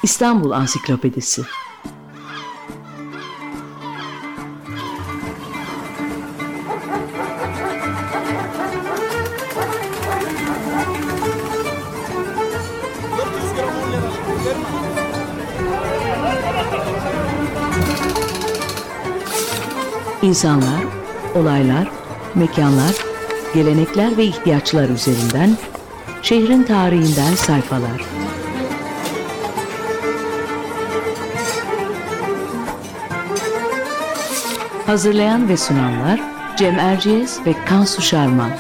İstanbul Ansiklopedisi. İnsanlar, olaylar, mekanlar, gelenekler ve ihtiyaçlar üzerinden şehrin tarihinden sayfalar. Hazırlayan ve sunanlar Cem Erciyes ve Kansu Şarman.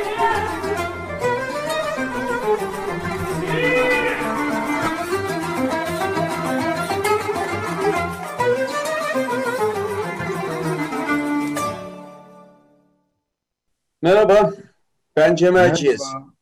Merhaba, ben Cem Erciyes.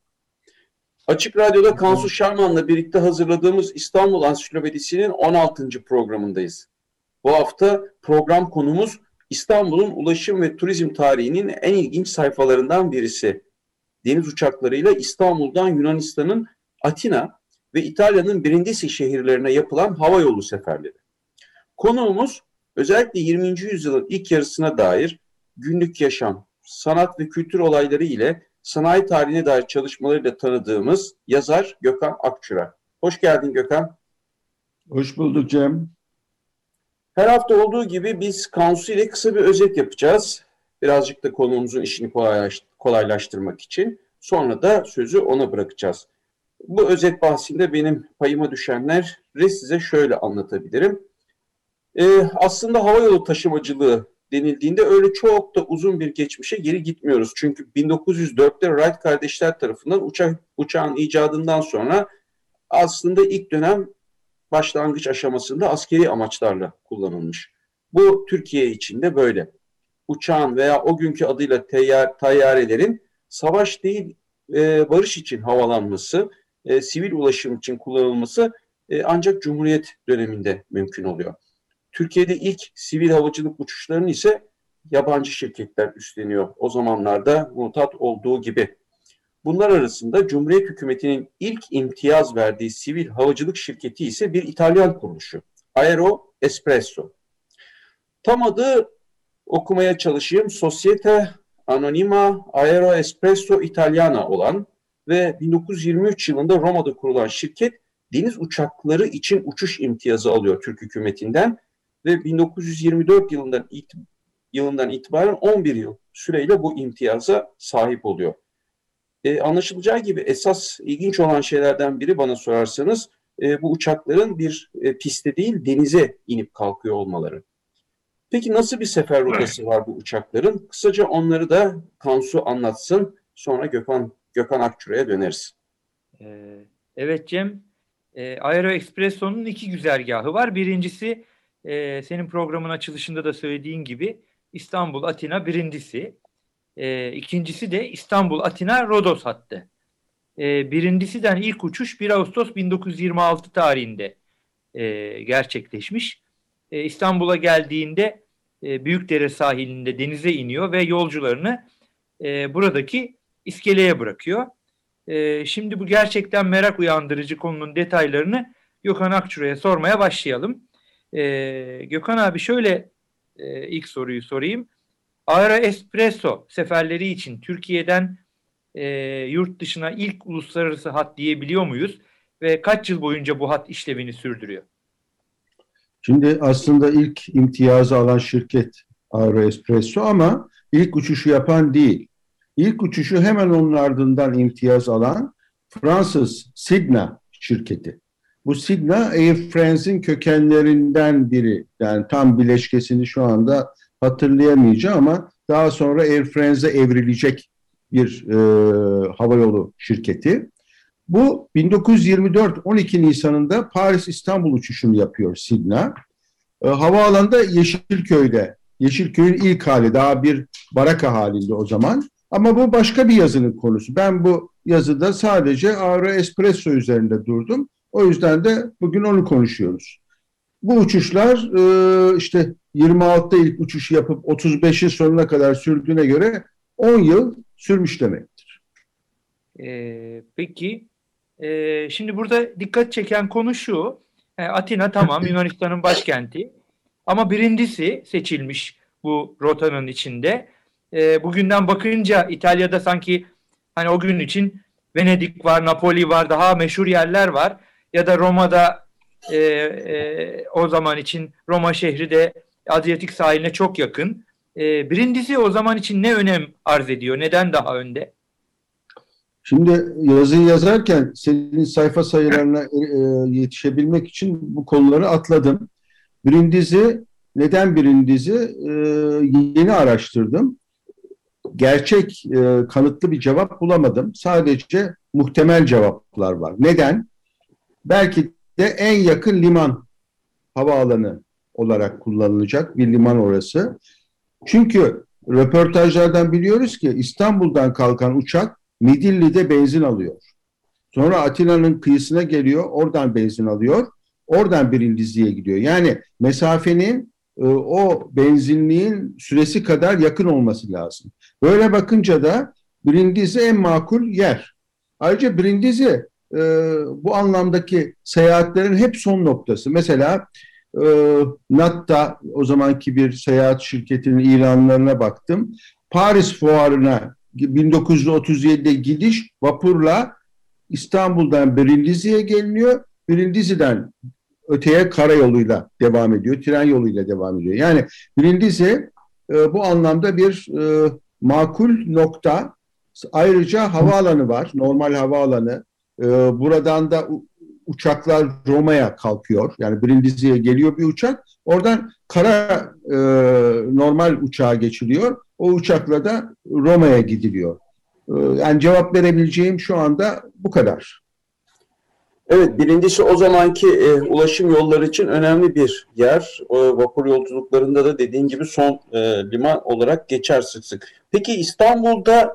Açık Radyo'da Kansu Şarman'la birlikte hazırladığımız İstanbul Ansiklopedisi'nin 16. programındayız. Bu hafta program konumuz İstanbul'un ulaşım ve turizm tarihinin en ilginç sayfalarından birisi. Deniz uçaklarıyla İstanbul'dan Yunanistan'ın Atina ve İtalya'nın Brindisi şehirlerine yapılan havayolu seferleri. Konuğumuz özellikle 20. yüzyılın ilk yarısına dair günlük yaşam, sanat ve kültür olayları ile sanayi tarihine dair çalışmalarıyla tanıdığımız yazar Gökhan Akçura. Hoş geldin Gökhan. Hoş bulduk Cem. Her hafta olduğu gibi biz Kansu ile kısa bir özet yapacağız. Birazcık da konuğumuzun işini kolaylaştırmak için. Sonra da sözü ona bırakacağız. Bu özet bahsinde benim payıma düşenleri size şöyle anlatabilirim. Aslında havayolu taşımacılığı denildiğinde öyle çok da uzun bir geçmişe geri gitmiyoruz. Çünkü 1904'te Wright kardeşler tarafından uçağın icadından sonra aslında ilk dönem başlangıç aşamasında askeri amaçlarla kullanılmış. Bu Türkiye için de böyle. Uçağın veya o günkü adıyla tayyarelerin savaş değil barış için havalanması, sivil ulaşım için kullanılması ancak Cumhuriyet döneminde mümkün oluyor. Türkiye'de ilk sivil havacılık uçuşlarını ise yabancı şirketler üstleniyor. O zamanlarda mutat olduğu gibi. Bunlar arasında Cumhuriyet hükümetinin ilk imtiyaz verdiği sivil havacılık şirketi ise bir İtalyan kuruluşu. Aero Espresso. Tam adı okumaya çalışayım. Società Anonima Aero Espresso Italiana olan ve 1923 yılında Roma'da kurulan şirket deniz uçakları için uçuş imtiyazı alıyor Türk hükümetinden ve 1924 yılından itibaren 11 yıl süreyle bu imtiyaza sahip oluyor. Anlaşılacağı gibi esas ilginç olan şeylerden biri bana sorarsanız bu uçakların bir piste değil denize inip kalkıyor olmaları. Peki nasıl bir sefer rotası var bu uçakların? Kısaca onları da Kansu anlatsın. Sonra Gökhan Akçura'ya döneriz. Evet Cem, Aero Espresso'nun iki güzergahı var. Birincisi senin programın açılışında da söylediğin gibi İstanbul-Atina Brindisi. İkincisi de İstanbul-Atina Rodos hattı. Birincisinden ilk uçuş 1 Ağustos 1926 tarihinde gerçekleşmiş. İstanbul'a geldiğinde Büyükdere sahilinde denize iniyor ve yolcularını buradaki iskeleye bırakıyor. Şimdi bu gerçekten merak uyandırıcı konunun detaylarını Gökhan Akçura'ya sormaya başlayalım. Gökhan abi şöyle ilk soruyu sorayım. Aero Espresso seferleri için Türkiye'den yurt dışına ilk uluslararası hat diyebiliyor muyuz? Ve kaç yıl boyunca bu hat işlevini sürdürüyor? Şimdi aslında ilk imtiyazı alan şirket Aero Espresso ama ilk uçuşu yapan değil. İlk uçuşu hemen onun ardından imtiyaz alan Fransız Cigna şirketi. Bu Cigna Air France'in kökenlerinden biri. Yani tam bileşkesini şu anda hatırlayamayacağım ama daha sonra Air France'e evrilecek bir havayolu şirketi. Bu 1924 12 Nisan'ında Paris-İstanbul uçuşunu yapıyor Cigna. Havaalanında Yeşilköy'de. Yeşilköy'ün ilk hali daha bir baraka halinde o zaman. Ama bu başka bir yazının konusu. Ben bu yazıda sadece Aero Espresso üzerinde durdum. O yüzden de bugün onu konuşuyoruz. Bu uçuşlar işte 26'da ilk uçuşu yapıp 35'in sonuna kadar sürdüğüne göre 10 yıl sürmüş demektir. Peki, şimdi burada dikkat çeken konu şu. Atina tamam Yunanistan'ın başkenti. Ama birincisi seçilmiş bu rotanın içinde. Bugünden bakınca İtalya'da sanki hani o gün için Venedik var, Napoli var, daha meşhur yerler var. Ya da Roma'da o zaman için Roma şehri de Adriyatik sahiline çok yakın. Birincisi o zaman için ne önem arz ediyor? Neden daha önde? Şimdi yazıyı yazarken senin sayfa sayılarına yetişebilmek için bu konuları atladım. Brindisi, neden Brindisi? Yeni araştırdım. Gerçek, kanıtlı bir cevap bulamadım. Sadece muhtemel cevaplar var. Neden? Belki de en yakın liman, havaalanı olarak kullanılacak bir liman orası. Çünkü röportajlardan biliyoruz ki İstanbul'dan kalkan uçak Midilli'de benzin alıyor. Sonra Atina'nın kıyısına geliyor, oradan benzin alıyor. Oradan Brindisi'ye gidiyor. Yani mesafenin o benzinliğin süresi kadar yakın olması lazım. Böyle bakınca da Brindisi en makul yer. Ayrıca Brindisi bu anlamdaki seyahatlerin hep son noktası. Mesela NAT'ta, o zamanki bir seyahat şirketinin ilanlarına baktım. Paris Fuarı'na 1937'de gidiş vapurla İstanbul'dan Brindisi'ye geliniyor. Brindisi'den öteye karayoluyla devam ediyor, tren yoluyla devam ediyor. Yani Brindisi bu anlamda bir makul nokta. Ayrıca havaalanı var, normal havaalanı. Buradan da uçaklar Roma'ya kalkıyor. Yani Brindisi'ye geliyor bir uçak. Oradan kara normal uçağa geçiliyor. O uçakla da Roma'ya gidiliyor. Yani cevap verebileceğim şu anda bu kadar. Evet, birincisi o zamanki ulaşım yolları için önemli bir yer. O vapur yolculuklarında da dediğin gibi son liman olarak geçer sık sık. Peki İstanbul'da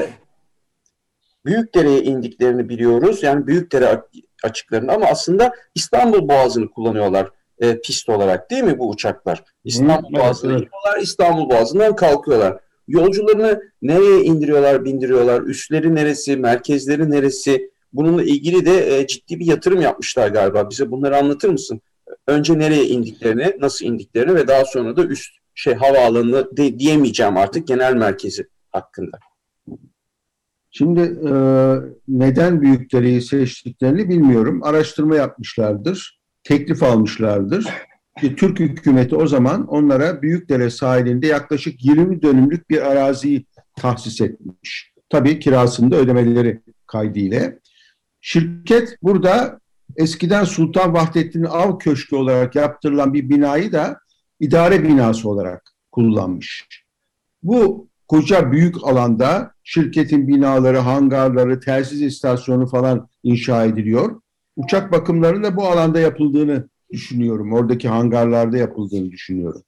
Büyükdere'ye indiklerini biliyoruz. Yani Büyükdere açıklarında, ama aslında İstanbul Boğazı'nı kullanıyorlar pist olarak, değil mi bu uçaklar? İstanbul Boğazı'na iniyorlar, İstanbul Boğazı'ndan kalkıyorlar. Yolcularını nereye indiriyorlar, bindiriyorlar? Üsleri neresi, merkezleri neresi? Bununla ilgili de ciddi bir yatırım yapmışlar galiba. Bize bunları anlatır mısın? Önce nereye indiklerini, nasıl indiklerini ve daha sonra da üst havaalanı diyemeyeceğim artık, genel merkezi hakkında. Şimdi neden Büyükdere'yi seçtiklerini bilmiyorum. Araştırma yapmışlardır, teklif almışlardır. Türk hükümeti o zaman onlara Büyükdere sahilinde yaklaşık 20 dönümlük bir araziyi tahsis etmiş. Tabii kirasını da ödemeleri kaydıyla. Şirket burada eskiden Sultan Vahdettin Av Köşkü olarak yaptırılan bir binayı da idare binası olarak kullanmış. Bu koca büyük alanda şirketin binaları, hangarları, telsiz istasyonu falan inşa ediliyor. Uçak bakımlarının da bu alanda yapıldığını düşünüyorum. Oradaki hangarlarda yapıldığını düşünüyorum.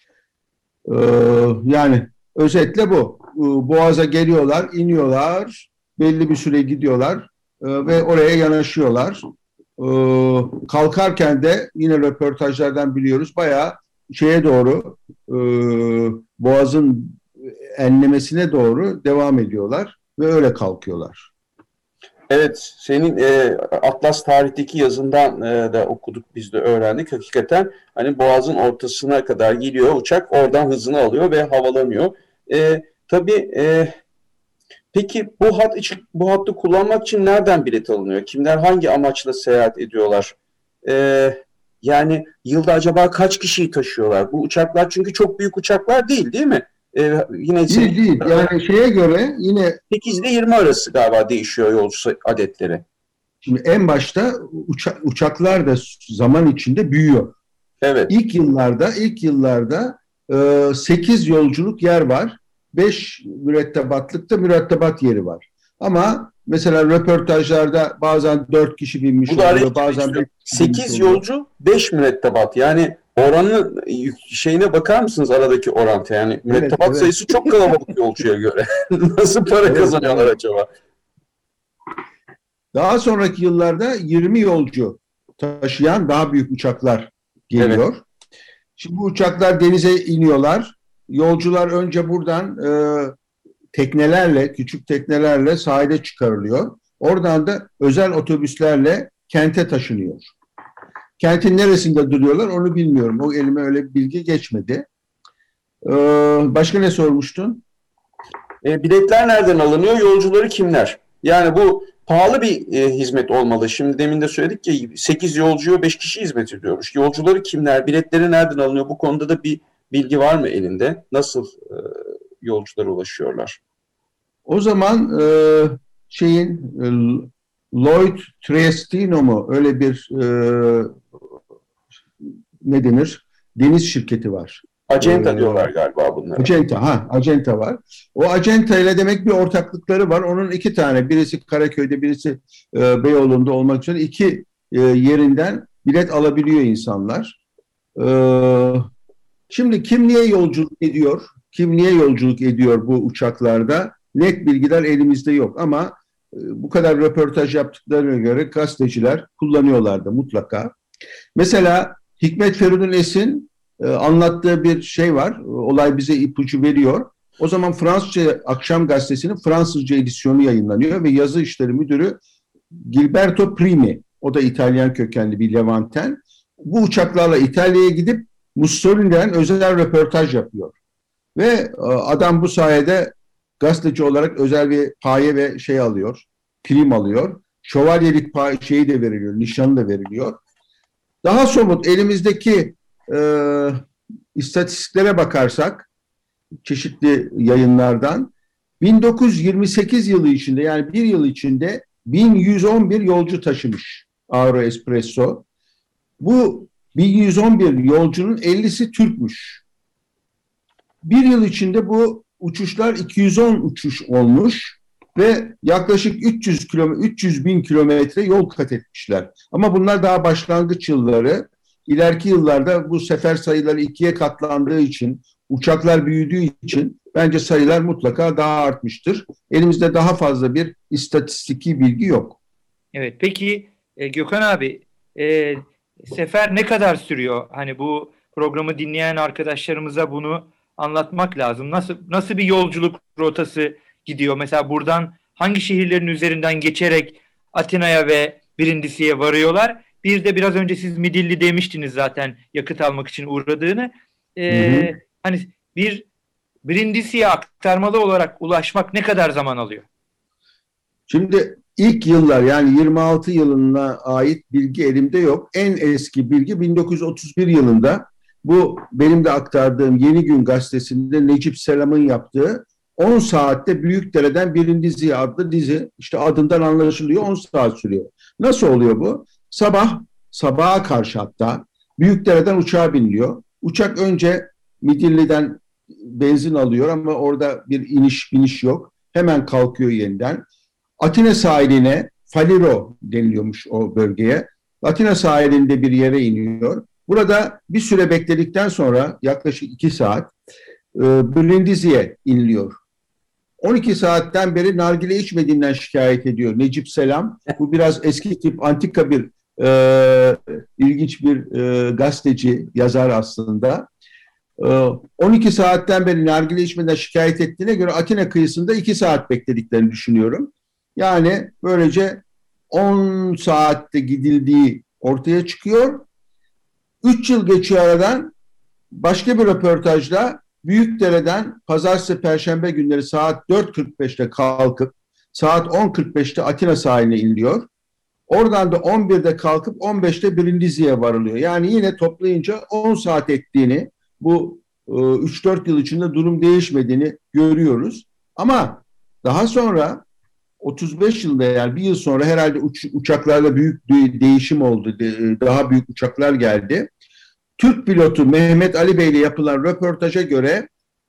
Yani özetle bu. Boğaz'a geliyorlar, iniyorlar, belli bir süre gidiyorlar ve oraya yanaşıyorlar. Kalkarken de yine röportajlardan biliyoruz, bayağı şeye doğru, Boğaz'ın enlemesine doğru devam ediyorlar ve öyle kalkıyorlar. Evet, senin Atlas Tarih'teki yazından da okuduk, biz de öğrendik. Hakikaten hani Boğaz'ın ortasına kadar geliyor uçak, oradan hızını alıyor ve havalanıyor. Tabii, peki bu hattı kullanmak için nereden bilet alınıyor? Kimler hangi amaçla seyahat ediyorlar? Yani yılda acaba kaç kişiyi taşıyorlar? Bu uçaklar çünkü çok büyük uçaklar değil mi? Yine değil. Yani şeye göre yine 8 ile 20 arası galiba değişiyor yolcu adetleri. Şimdi en başta uçaklar da zaman içinde büyüyor. Evet. İlk yıllarda 8 yolculuk yer var. 5 mürettebatlıkta mürettebat yeri var. Ama mesela röportajlarda bazen 4 kişi binmiş oluyor, bazen 5 8 yolcu, 5 mürettebat. Yani oranın şeyine bakar mısınız, aradaki orantı? Yani mürettebat sayısı çok kalabalık yolcuya göre. Nasıl para kazanıyorlar acaba? Daha sonraki yıllarda 20 yolcu taşıyan daha büyük uçaklar geliyor. Evet. Şimdi bu uçaklar denize iniyorlar. Yolcular önce buradan teknelerle, küçük teknelerle sahile çıkarılıyor. Oradan da özel otobüslerle kente taşınıyor. Kentin neresinde duruyorlar onu bilmiyorum. O elime öyle bir bilgi geçmedi. Başka ne sormuştun? Biletler nereden alınıyor? Yolcuları kimler? Yani bu pahalı bir hizmet olmalı. Şimdi demin de söyledik ki 8 yolcuya 5 kişi hizmet ediyormuş. Yolcuları kimler? Biletleri nereden alınıyor? Bu konuda da bir bilgi var mı elinde? Nasıl yolculara ulaşıyorlar? O zaman Lloyd Triestino mu? Öyle bir ne denir? Deniz şirketi var. Acenta diyorlar galiba bunlara. Acenta var. O Acenta ile demek bir ortaklıkları var. Onun 2 tane, birisi Karaköy'de, birisi Beyoğlu'nda olmak üzere 2 yerinden bilet alabiliyor insanlar. Şimdi kim niye yolculuk ediyor? Kim niye yolculuk ediyor bu uçaklarda? Net bilgiler elimizde yok ama bu kadar röportaj yaptıklarına göre gazeteciler kullanıyorlardı mutlaka. Mesela Hikmet Feridun Es'in anlattığı bir şey var. Olay bize ipucu veriyor. O zaman Fransızca Akşam Gazetesi'nin Fransızca edisyonu yayınlanıyor ve yazı işleri müdürü Gilberto Primi, o da İtalyan kökenli bir Levanten, bu uçaklarla İtalya'ya gidip Mussolini'den özel röportaj yapıyor. Ve adam bu sayede gazeteci olarak özel bir paye ve şey alıyor, prim alıyor. Şövalyelik şeyi de veriliyor, nişanı da veriliyor. Daha somut elimizdeki istatistiklere bakarsak çeşitli yayınlardan 1928 yılı içinde, yani bir yıl içinde 1111 yolcu taşımış Aero Espresso. Bu 1111 yolcunun 50'si Türkmüş. Bir yıl içinde bu uçuşlar 210 uçuş olmuş ve yaklaşık 300 bin kilometre yol kat etmişler. Ama bunlar daha başlangıç yılları. İleriki yıllarda bu sefer sayıları 2'ye katlandığı için, uçaklar büyüdüğü için bence sayılar mutlaka daha artmıştır. Elimizde daha fazla bir istatistiki bilgi yok. Evet, peki Gökhan abi, sefer ne kadar sürüyor? Hani bu programı dinleyen arkadaşlarımıza bunu anlatmak lazım. Nasıl bir yolculuk rotası gidiyor? Mesela buradan hangi şehirlerin üzerinden geçerek Atina'ya ve Brindisi'ye varıyorlar? Bir de biraz önce siz Midilli demiştiniz zaten yakıt almak için uğradığını. Hani bir Brindisi'ye aktarmalı olarak ulaşmak ne kadar zaman alıyor? Şimdi ilk yıllar, yani 26 yılına ait bilgi elimde yok. En eski bilgi 1931 yılında bu benim de aktardığım Yeni Gün gazetesinde Necip Selam'ın yaptığı 10 saatte Büyükdere'den Brindisi'ye adlı dizi, işte adından anlaşılıyor, 10 saat sürüyor. Nasıl oluyor bu? Sabaha karşı hatta Büyükdere'den uçağa biniliyor. Uçak önce Midilli'den benzin alıyor ama orada bir iniş biniş yok. Hemen kalkıyor yeniden. Atina sahiline, Faliro deniliyormuş o bölgeye. Atina sahilinde bir yere iniyor. Burada bir süre bekledikten sonra yaklaşık 2 saat Brindisi'ye iniliyor. 12 saatten beri nargile içmediğinden şikayet ediyor Necip Selam. Bu biraz eski tip, antika bir ilginç bir gazeteci, yazar aslında. 12 saatten beri nargile içmeden şikayet ettiğine göre Atina kıyısında 2 saat beklediklerini düşünüyorum. Yani böylece 10 saatte gidildiği ortaya çıkıyor. 3 yıl geçiyor aradan, başka bir röportajla Büyükdere'den pazartesi, perşembe günleri saat 4.45'te kalkıp saat 10.45'te Atina sahiline iniliyor. Oradan da 11'de kalkıp 15'te Brindisi'ye varılıyor. Yani yine toplayınca 10 saat ettiğini, bu 3-4 yıl içinde durum değişmediğini görüyoruz. Ama daha sonra 35 yılda, yani bir yıl sonra herhalde uçaklarda büyük değişim oldu. Daha büyük uçaklar geldi. Türk pilotu Mehmet Ali Bey ile yapılan röportaja göre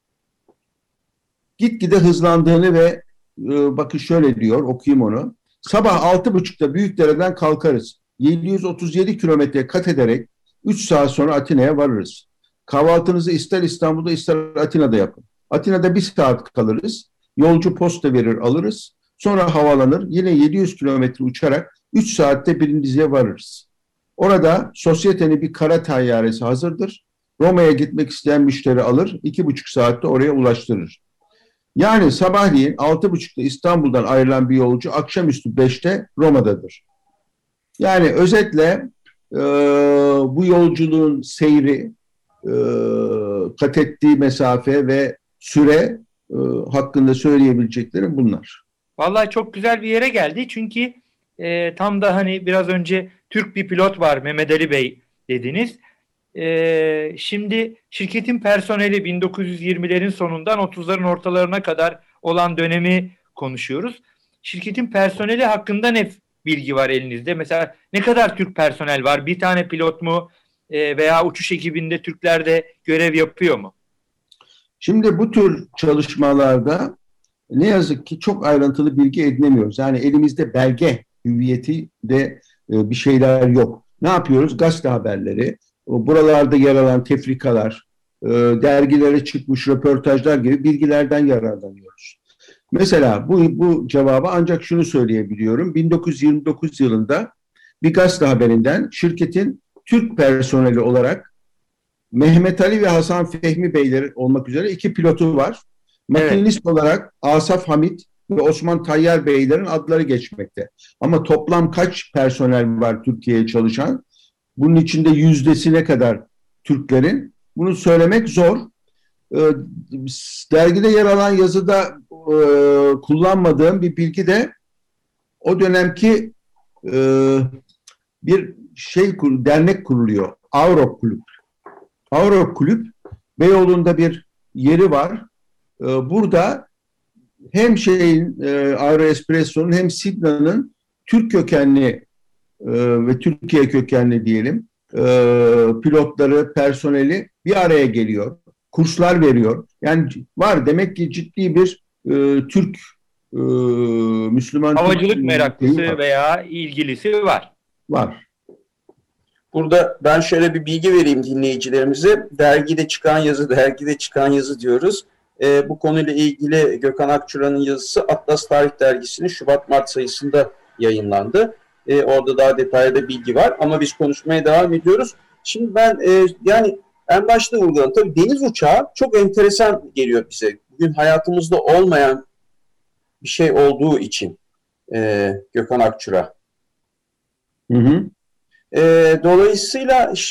gitgide hızlandığını ve bakın şöyle diyor, okuyayım onu. Sabah 6.30'da Büyükdere'den kalkarız. 737 kilometre kat ederek 3 saat sonra Atina'ya varırız. Kahvaltınızı ister İstanbul'da ister Atina'da yapın. Atina'da 1 saat kalırız. Yolcu posta verir alırız. Sonra havalanır. Yine 700 kilometre uçarak 3 saatte Brindisi'ye varırız. Orada sosyetenin bir kara tayyaresi hazırdır. Roma'ya gitmek isteyen müşteri alır. 2,5 saatte oraya ulaştırır. Yani sabahleyin 6.30'da İstanbul'dan ayrılan bir yolcu akşamüstü 5'te Roma'dadır. Yani özetle bu yolculuğun seyri, kat ettiği mesafe ve süre hakkında söyleyebileceklerim bunlar. Vallahi çok güzel bir yere geldi. Çünkü tam da hani biraz önce Türk bir pilot var, Mehmet Ali Bey dediniz. Şimdi şirketin personeli 1920'lerin sonundan 30'ların ortalarına kadar olan dönemi konuşuyoruz. Şirketin personeli hakkında ne bilgi var elinizde? Mesela ne kadar Türk personel var? Bir tane pilot mu? Veya uçuş ekibinde Türkler de görev yapıyor mu? Şimdi bu tür çalışmalarda ne yazık ki çok ayrıntılı bilgi edinemiyoruz. Yani elimizde belge hüviyeti de bir şeyler yok. Ne yapıyoruz? Gazete haberleri, buralarda yer alan tefrikalar, dergilere çıkmış röportajlar gibi bilgilerden yararlanıyoruz. Mesela bu cevabı ancak şunu söyleyebiliyorum. 1929 yılında bir gazete haberinden şirketin Türk personeli olarak Mehmet Ali ve Hasan Fehmi Beyler olmak üzere 2 pilotu var. Makinist olarak Asaf Hamit ve Osman Tayyar Beylerin adları geçmekte. Ama toplam kaç personel var Türkiye'ye çalışan? Bunun içinde yüzdesine kadar Türklerin? Bunu söylemek zor. Dergide yer alan yazıda kullanmadığım bir bilgi de o dönemki bir dernek kuruluyor. Avro Kulüp. Avro Kulüp Beyoğlu'nda bir yeri var. Burada hem Aero Espresso'nun hem Signa'nın Türk kökenli ve Türkiye kökenli diyelim pilotları, personeli bir araya geliyor. Kurslar veriyor. Yani var demek ki ciddi bir Türk Müslüman havacılık Türk meraklısı veya ilgilisi var. Var. Burada ben şöyle bir bilgi vereyim dinleyicilerimize. Dergide çıkan yazı diyoruz. Bu konuyla ilgili Gökhan Akçura'nın yazısı Atlas Tarih Dergisi'nin Şubat-Mart sayısında yayınlandı. Orada daha detaylı bilgi var ama biz konuşmaya devam ediyoruz. Şimdi ben yani en başta vurguladım. Tabii deniz uçağı çok enteresan geliyor bize. Bugün hayatımızda olmayan bir şey olduğu için Gökhan Akçura. Hı hı. Dolayısıyla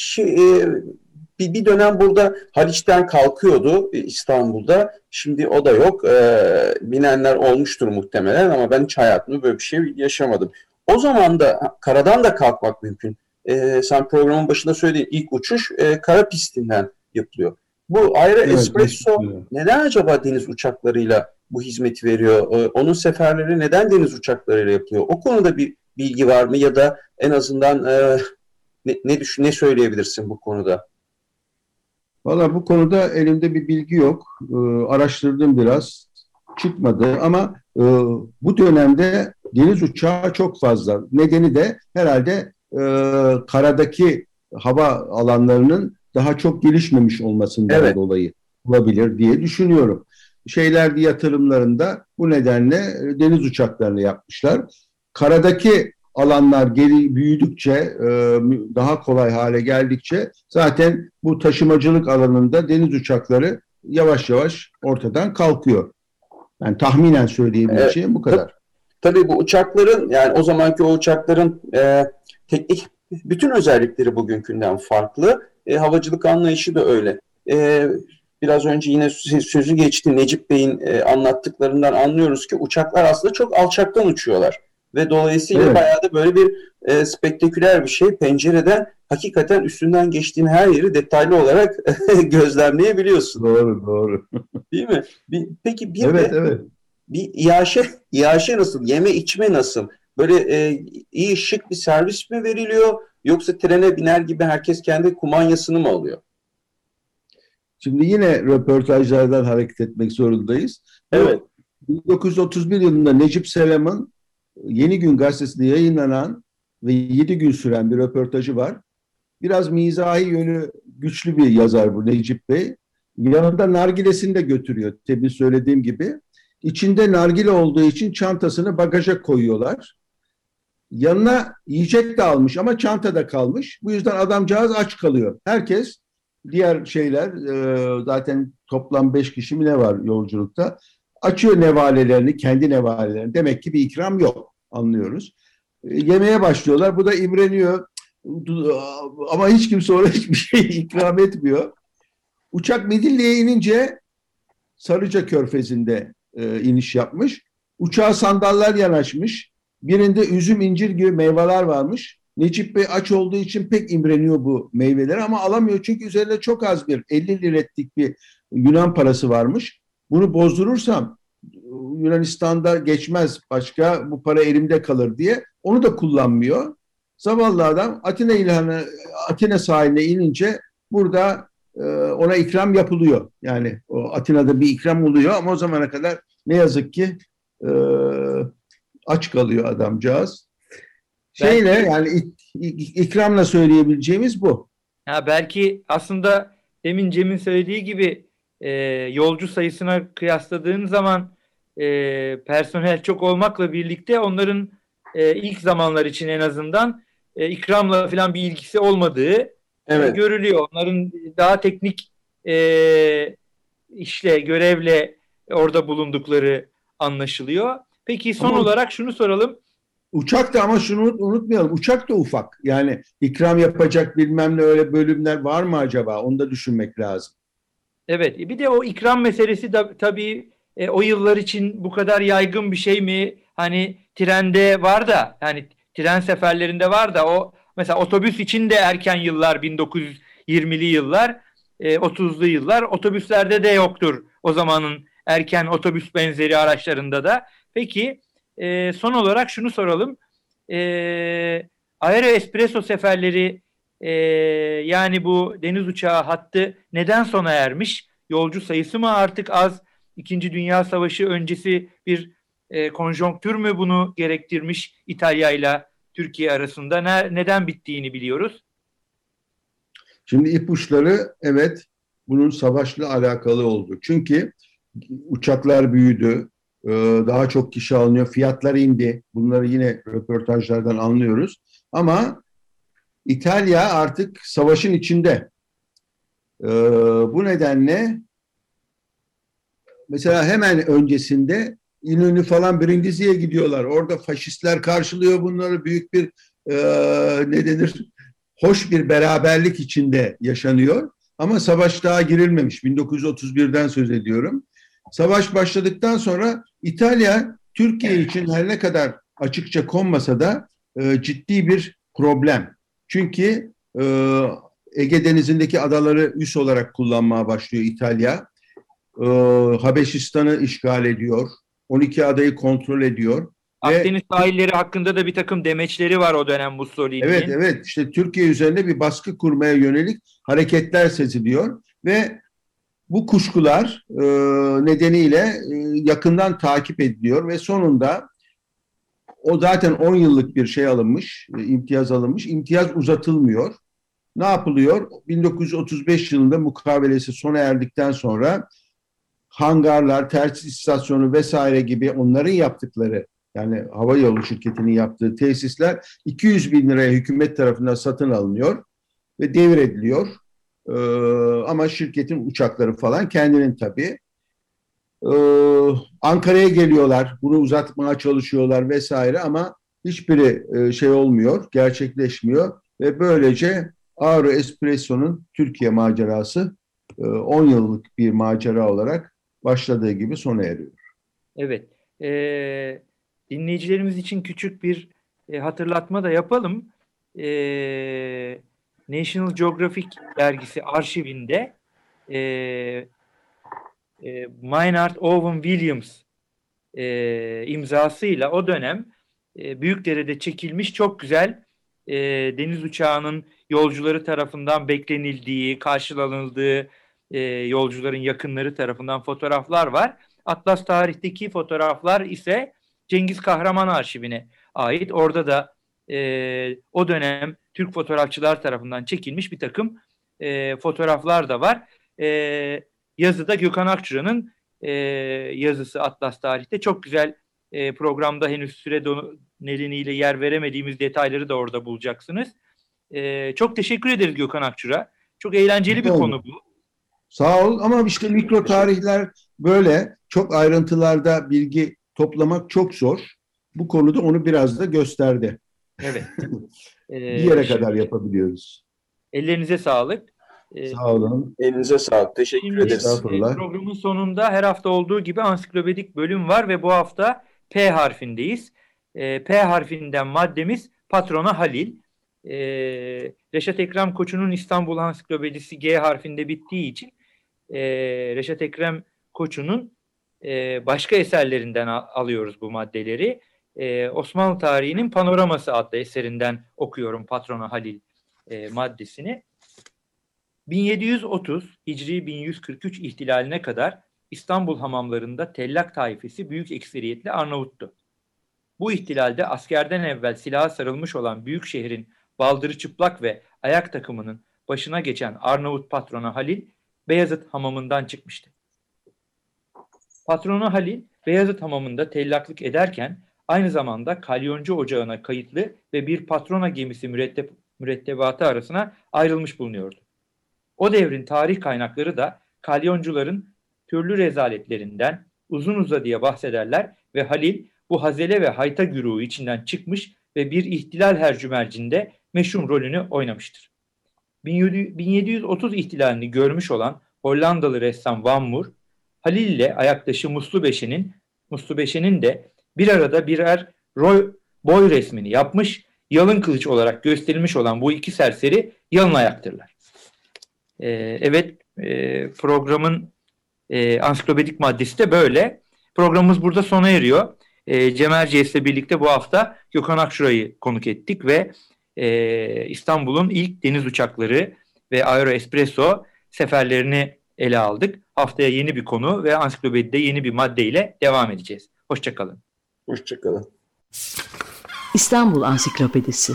bir dönem burada Haliç'ten kalkıyordu İstanbul'da. Şimdi o da yok. Binenler olmuştur muhtemelen ama ben hiç hayatımda böyle bir şey yaşamadım. O zaman da karadan da kalkmak mümkün. Sen programın başında söylediğin ilk uçuş kara pistinden yapılıyor. Bu Aero Espresso neden acaba deniz uçaklarıyla bu hizmeti veriyor? Onun seferleri neden deniz uçaklarıyla yapılıyor? O konuda bir bilgi var mı ya da en azından ne söyleyebilirsin bu konuda? Valla bu konuda elimde bir bilgi yok. Araştırdım biraz. Çıkmadı ama bu dönemde deniz uçağı çok fazla. Nedeni de herhalde karadaki hava alanlarının daha çok gelişmemiş olmasından dolayı olabilir diye düşünüyorum. Yatırımlarında bu nedenle deniz uçaklarını yapmışlar. Karadaki alanlar büyüdükçe, daha kolay hale geldikçe zaten bu taşımacılık alanında deniz uçakları yavaş yavaş ortadan kalkıyor. Yani tahminen söyleyebileceğim bu kadar. Tabii bu uçakların yani o zamanki o uçakların teknik bütün özellikleri bugünkünden farklı. Havacılık anlayışı da öyle. Biraz önce yine sözü geçti Necip Bey'in anlattıklarından anlıyoruz ki uçaklar aslında çok alçaktan uçuyorlar. Ve dolayısıyla bayağı da böyle bir spektaküler bir şey. Pencereden hakikaten üstünden geçtiğin her yeri detaylı olarak gözlemleyebiliyorsun. Doğru. Değil mi? Peki bir iaşe nasıl? Yeme içme nasıl? Böyle iyi şık bir servis mi veriliyor? Yoksa trene biner gibi herkes kendi kumanyasını mı alıyor? Şimdi yine röportajlardan hareket etmek zorundayız. Evet. 1931 yılında Necip Selam'ın Yeni Gün gazetesinde yayınlanan ve 7 gün süren bir röportajı var. Biraz mizahi yönü güçlü bir yazar bu Necip Bey. Yanında nargilesini de götürüyor. Tabii söylediğim gibi. İçinde nargile olduğu için çantasını bagaja koyuyorlar. Yanına yiyecek de almış ama çantada kalmış. Bu yüzden adamcağız aç kalıyor. Herkes diğer zaten toplam 5 kişi mi ne var yolculukta? Açıyor nevalelerini, kendi nevalelerini. Demek ki bir ikram yok, anlıyoruz. Yemeye başlıyorlar. Bu da imreniyor. Ama hiç kimse ona hiçbir şey ikram etmiyor. Uçak Midilli'ye inince Sarıca Körfezi'nde iniş yapmış. Uçağa sandallar yanaşmış. Birinde üzüm, incir gibi meyveler varmış. Necip Bey aç olduğu için pek imreniyor bu meyveleri ama alamıyor çünkü üzerinde çok az bir 50 liretlik bir Yunan parası varmış. Bunu bozdurursam Yunanistan'da geçmez, başka bu para elimde kalır diye onu da kullanmıyor. Zavallı adam Atina sahiline inince burada ona ikram yapılıyor. Yani o Atina'da bir ikram oluyor ama o zamana kadar ne yazık ki e, aç kalıyor adamcağız. Şeyle yani ikramla söyleyebileceğimiz bu. Ya belki aslında demin Cem'in söylediği gibi yolcu sayısına kıyasladığın zaman personel çok olmakla birlikte onların ilk zamanlar için en azından ikramla falan bir ilgisi olmadığı görülüyor. Onların daha teknik işle, görevle orada bulundukları anlaşılıyor. Peki son olarak şunu soralım. Uçak da ama şunu unutmayalım. Uçak da ufak. Yani ikram yapacak bilmem ne öyle bölümler var mı acaba? Onu da düşünmek lazım. Evet. Bir de o ikram meselesi de tabii o yıllar için bu kadar yaygın bir şey mi? Hani trende var da yani tren seferlerinde var da o mesela otobüs için de erken yıllar 1920'li yıllar 30'lu yıllar otobüslerde de yoktur o zamanın erken otobüs benzeri araçlarında da. Peki son olarak şunu soralım. Aero Espresso seferleri yani bu deniz uçağı hattı neden sona ermiş? Yolcu sayısı mı artık az? İkinci Dünya Savaşı öncesi bir konjonktür mü bunu gerektirmiş İtalya ile Türkiye arasında? Neden bittiğini biliyoruz. Şimdi ipuçları evet bunun savaşla alakalı oldu. Çünkü uçaklar büyüdü, daha çok kişi alınıyor, fiyatlar indi. Bunları yine röportajlardan anlıyoruz. Ama İtalya artık savaşın içinde. Bu nedenle mesela hemen öncesinde İnönü falan Brindisi'ye gidiyorlar. Orada faşistler karşılıyor bunları. Büyük bir ne denir? Hoş bir beraberlik içinde yaşanıyor. Ama savaş daha girilmemiş. 1931'den söz ediyorum. Savaş başladıktan sonra İtalya Türkiye için her ne kadar açıkça konmasa da ciddi bir problem. Çünkü Ege Denizi'ndeki adaları üs olarak kullanmaya başlıyor İtalya. Habeşistan'ı işgal ediyor. 12 adayı kontrol ediyor. Akdeniz sahilleri hakkında da bir takım demeçleri var o dönem Mussolini'nin. Evet işte Türkiye üzerinde bir baskı kurmaya yönelik hareketler seziliyor ve bu kuşkular nedeniyle yakından takip ediliyor ve sonunda o zaten 10 yıllık bir şey alınmış, imtiyaz alınmış. İmtiyaz uzatılmıyor. Ne yapılıyor? 1935 yılında mukavelesi sona erdikten sonra hangarlar, tersis istasyonu vesaire gibi onların yaptıkları yani havayolu şirketinin yaptığı tesisler 200 bin liraya hükümet tarafından satın alınıyor ve devrediliyor. Ama şirketin uçakları falan kendinin tabii. Ankara'ya geliyorlar, bunu uzatmaya çalışıyorlar vesaire ama hiçbiri şey olmuyor, gerçekleşmiyor ve böylece Aero Espresso'nun Türkiye macerası 10 yıllık bir macera olarak başladığı gibi sona eriyor. Evet. Dinleyicilerimiz için küçük bir hatırlatma da yapalım. National Geographic dergisi arşivinde Maynard Owen Williams imzasıyla o dönem Büyükdere'de çekilmiş çok güzel deniz uçağının yolcuları tarafından beklenildiği, karşılanıldığı yolcuların yakınları tarafından fotoğraflar var. Atlas Tarih'teki fotoğraflar ise Cengiz Kahraman arşivine ait. Orada da o dönem Türk fotoğrafçılar tarafından çekilmiş bir takım fotoğraflar da var. Yazıda Gökhan Akçura'nın yazısı Atlas Tarih'te. Çok güzel programda henüz süre nedeniyle yer veremediğimiz detayları da orada bulacaksınız. Çok teşekkür ederiz Gökhan Akçura. Çok eğlenceli bir konu bu. Sağ ol ama işte mikro tarihler böyle çok ayrıntılarda bilgi toplamak çok zor. Bu konuda onu biraz da gösterdi. Evet. Bir yere Şimdi kadar yapabiliyoruz. ellerinize sağlık. Sağ olun. Elinize sağlık. Teşekkür Şimdi ederiz. Estağfurullah. programın sonunda her hafta olduğu gibi ansiklopedik bölüm var ve bu hafta P harfindeyiz. P harfinden maddemiz Patrona Halil. Reşat Ekrem Koçu'nun İstanbul Ansiklopedisi G harfinde bittiği için Reşat Ekrem Koçu'nun başka eserlerinden alıyoruz bu maddeleri. Osmanlı tarihinin Panoraması adlı eserinden okuyorum Patrona Halil maddesini. 1730 Hicri 1143 ihtilaline kadar İstanbul hamamlarında tellak taifesi büyük ekseriyetle Arnavuttu. Bu ihtilalde askerden evvel silaha sarılmış olan büyük şehrin baldırı çıplak ve ayak takımının başına geçen Arnavut patrona Halil, Beyazıt hamamından çıkmıştı. Patrona Halil, Beyazıt hamamında tellaklık ederken aynı zamanda kalyoncu ocağına kayıtlı ve bir patrona gemisi mürettebatı arasına ayrılmış bulunuyordu. O devrin tarih kaynakları da kalyoncuların türlü rezaletlerinden uzun uzadıya bahsederler ve Halil bu hazele ve hayta güruhu içinden çıkmış ve bir ihtilal hercümercinde meşhum rolünü oynamıştır. 1730 ihtilalini görmüş olan Hollandalı ressam Van Moor, Halil ile ayaktaşı Muslu Beşe'nin de bir arada birer boy resmini yapmış, yalın kılıç olarak gösterilmiş olan bu iki serseri yalın ayaktırlar. Evet, programın ansiklopedik maddesi de böyle. Programımız burada sona eriyor. Cem Erciyes'le birlikte bu hafta Gökhan Akşura'yı konuk ettik ve İstanbul'un ilk deniz uçakları ve Aero Espresso seferlerini ele aldık. Haftaya yeni bir konu ve ansiklopedide yeni bir maddeyle devam edeceğiz. Hoşçakalın. Hoşçakalın. İstanbul Ansiklopedisi.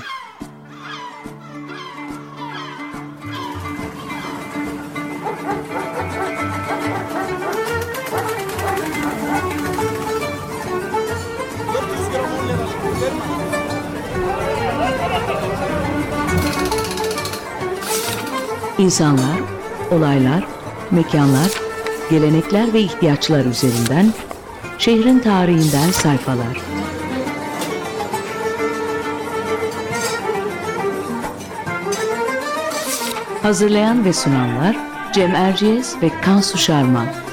İnsanlar, olaylar, mekanlar, gelenekler ve ihtiyaçlar üzerinden şehrin tarihinden sayfalar. Hazırlayan ve sunanlar Cem Erciyes ve Kansu Şarman.